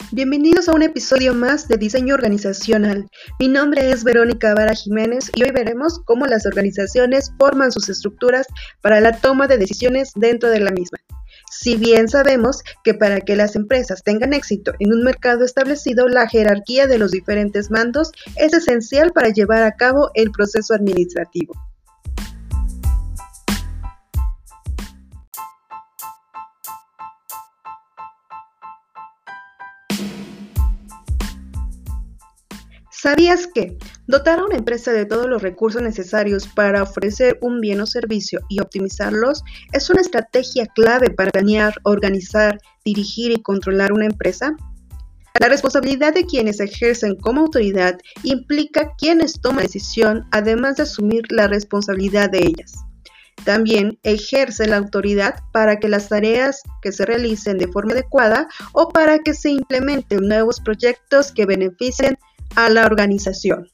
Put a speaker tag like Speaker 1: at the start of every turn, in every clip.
Speaker 1: Bienvenidos a un episodio más de Diseño Organizacional. Mi nombre es Verónica Vara Jiménez y hoy veremos cómo las organizaciones forman sus estructuras para la toma de decisiones dentro de la misma. Si bien sabemos que para que las empresas tengan éxito en un mercado establecido, la jerarquía de los diferentes mandos es esencial para llevar a cabo el proceso administrativo. ¿Sabías que dotar a una empresa de todos los recursos necesarios para ofrecer un bien o servicio y optimizarlos es una estrategia clave para planear, organizar, dirigir y controlar una empresa? La responsabilidad de quienes ejercen como autoridad implica quienes toman decisión, además de asumir la responsabilidad de ellas. También ejerce la autoridad para que las tareas que se realicen de forma adecuada o para que se implementen nuevos proyectos que beneficien a la organización.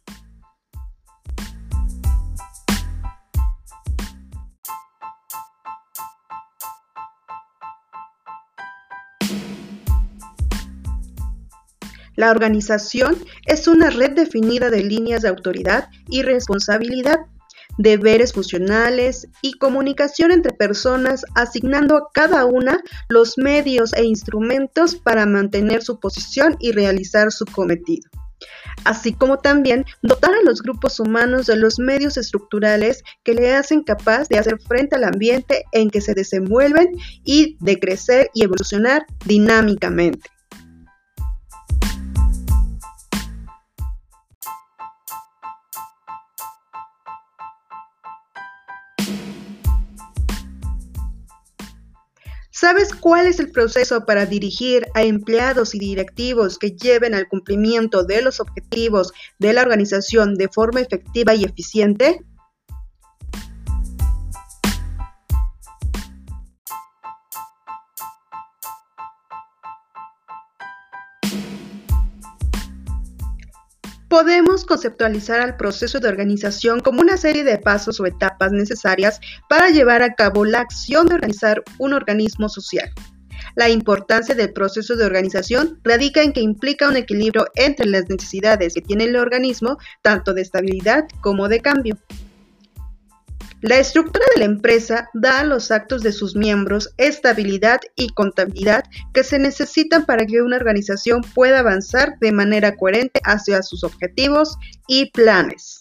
Speaker 1: La organización es una red definida de líneas de autoridad y responsabilidad, deberes funcionales y comunicación entre personas, asignando a cada una los medios e instrumentos para mantener su posición y realizar su cometido, así como también dotar a los grupos humanos de los medios estructurales que le hacen capaz de hacer frente al ambiente en que se desenvuelven y de crecer y evolucionar dinámicamente. ¿Sabes cuál es el proceso para dirigir a empleados y directivos que lleven al cumplimiento de los objetivos de la organización de forma efectiva y eficiente? Podemos conceptualizar al proceso de organización como una serie de pasos o etapas necesarias para llevar a cabo la acción de organizar un organismo social. La importancia del proceso de organización radica en que implica un equilibrio entre las necesidades que tiene el organismo, tanto de estabilidad como de cambio. La estructura de la empresa da a los actos de sus miembros estabilidad y contabilidad que se necesitan para que una organización pueda avanzar de manera coherente hacia sus objetivos y planes.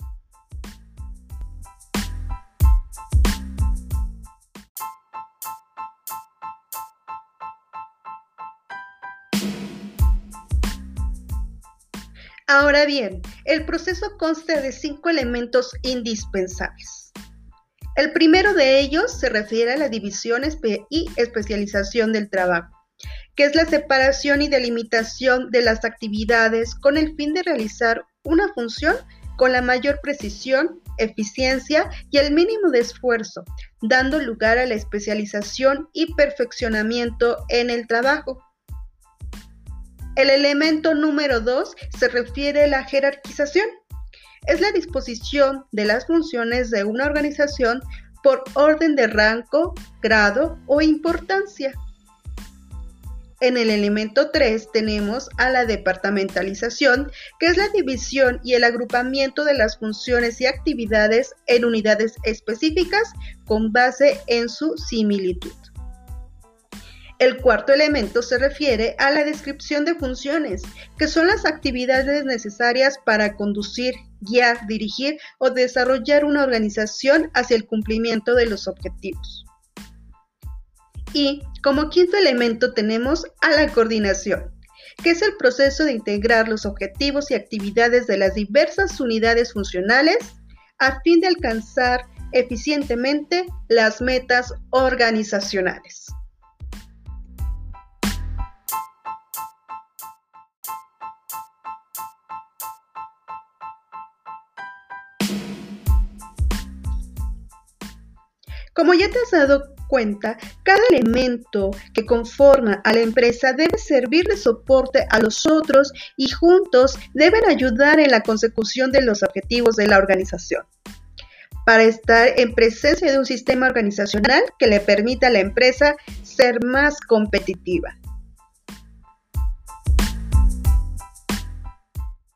Speaker 1: Ahora bien, el proceso consta de 5 elementos indispensables. El primero de ellos se refiere a la división y especialización del trabajo, que es la separación y delimitación de las actividades con el fin de realizar una función con la mayor precisión, eficiencia y el mínimo de esfuerzo, dando lugar a la especialización y perfeccionamiento en el trabajo. El elemento número 2 se refiere a la jerarquización. Es la disposición de las funciones de una organización por orden de rango, grado o importancia. En el elemento 3 tenemos a la departamentalización, que es la división y el agrupamiento de las funciones y actividades en unidades específicas con base en su similitud. El cuarto elemento se refiere a la descripción de funciones, que son las actividades necesarias para conducir, guiar, dirigir o desarrollar una organización hacia el cumplimiento de los objetivos. Y como quinto elemento tenemos a la coordinación, que es el proceso de integrar los objetivos y actividades de las diversas unidades funcionales a fin de alcanzar eficientemente las metas organizacionales. Como ya te has dado cuenta, cada elemento que conforma a la empresa debe servir de soporte a los otros y juntos deben ayudar en la consecución de los objetivos de la organización, para estar en presencia de un sistema organizacional que le permita a la empresa ser más competitiva.